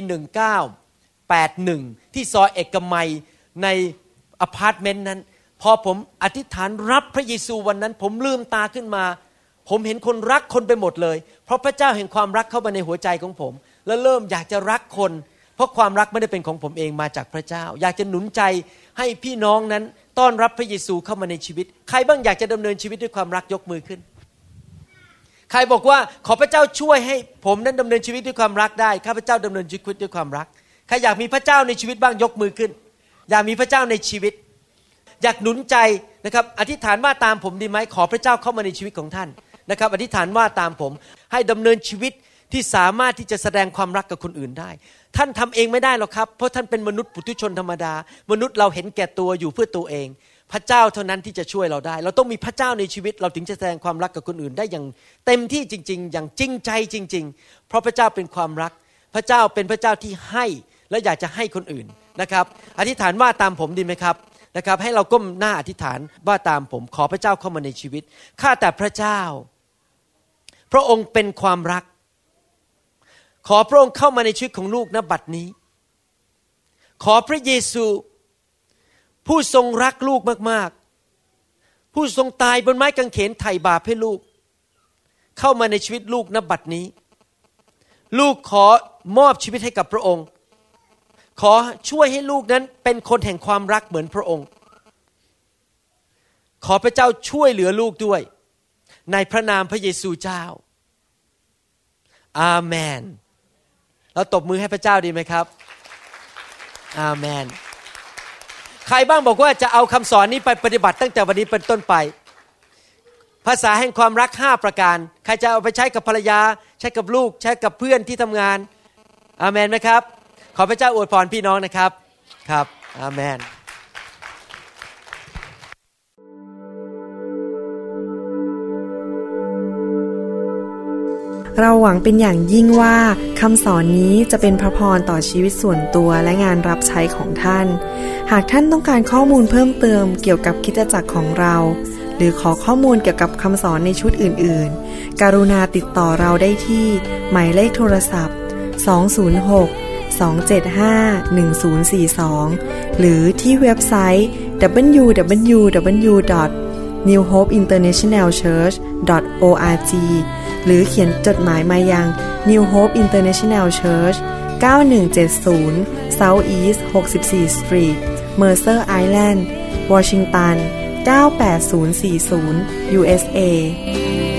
C: 1981ที่ซอยเอกมัยในอพาร์ตเมนต์นั้นพอผมอธิษฐานรับพระเยซูวันนั้นผมลืมตาขึ้นมาผมเห็นคนรักคนไปหมดเลยเพราะพระเจ้าแห่งความรักเข้ามาในหัวใจของผมแล้วเริ่มอยากจะรักคนเพราะความรักไม่ได้เป็นของผมเองมาจากพระเจ้าอยากจะหนุนใจให้พี่น้องนั้นต้อนรับพระเยซูเข้ามาในชีวิตใครบ้างอยากจะดำเนินชีวิตด้วยความรักยกมือขึ้นใครบอกว่าขอพระเจ้าช่วยให้ผมนั้นดำเนินชีวิตด้วยความรักได้ข้าพเจ้าดำเนินชีวิตด้วยความรักใครอยากมีพระเจ้าในชีวิตบ้างยกมือขึ้นอยากมีพระเจ้าในชีวิตอยากหนุนใจนะครับอธิษฐานว่าตามผมดีไหมขอพระเจ้าเข้ามาในชีวิตของท่านนะครับอธิษฐานว่าตามผมให้ดำเนินชีวิตที่สามารถที่จะแสดงความรักกับคนอื่นได้ท่านทำเองไม่ได้หรอกครับเพราะท่านเป็นมนุษย์ปุถุชนธรรมดามนุษย์เราเห็นแก่ตัวอยู่เพื่อตัวเองพระเจ้าเท่านั้นที่จะช่วยเราได้เราต้องมีพระเจ้าในชีวิตเราถึงจะแสดงความรักกับคนอื่นได้อย่างเต็มที่จริงๆอย่างจริงใจจริงๆเพราะพระเจ้าเป็นความรักพระเจ้าเป็นพระเจ้าที่ให้และอยากจะให้คนอื่นนะครับอธิษฐานว่าตามผมดีไหมครับนะครับให้เราก้มหน้าอธิษฐานว่าตามผมขอพระเจ้าเข้ามาในชีวิตข้าแต่พระเจ้าพระองค์เป็นความรักขอพระองค์เข้ามาในชีวิตของลูกณบัดนี้ขอพระเยซูผู้ทรงรักลูกมากๆผู้ทรงตายบนไม้กางเขนไถ่บาปให้ลูกเข้ามาในชีวิตลูกณบัดนี้ลูกขอมอบชีวิตให้กับพระองค์ขอช่วยให้ลูกนั้นเป็นคนแห่งความรักเหมือนพระองค์ขอพระเจ้าช่วยเหลือลูกด้วยในพระนามพระเยซูเจ้าอาเมนเราตบมือให้พระเจ้าดีไหมครับอาเมนใครบ้างบอกว่าจะเอาคำสอนนี้ไปปฏิบัติตั้งแต่วันนี้เป็นต้นไปภาษาแห่งความรัก5ประการใครจะเอาไปใช้กับภรรยาใช้กับลูกใช้กับเพื่อนที่ทำงานอาเมนไหมครับขอพระเจ้าอวยพรพี่น้องนะครับครับอาเมน
A: เราหวังเป็นอย่างยิ่งว่าคำสอนนี้จะเป็นพระพรต่อชีวิตส่วนตัวและงานรับใช้ของท่านหากท่านต้องการข้อมูลเพิ่มเติมเกี่ยวกับคริสตจักรของเราหรือขอข้อมูลเกี่ยวกับคำสอนในชุดอื่นๆกรุณาติดต่อเราได้ที่หมายเลขโทรศัพท์206-275-1042หรือที่เว็บไซต์ www.newhopeinternationalchurch.org หรือเขียนจดหมายมายัง New Hope International Church 9170 South East 64 Street Mercer Island Washington 98040 USA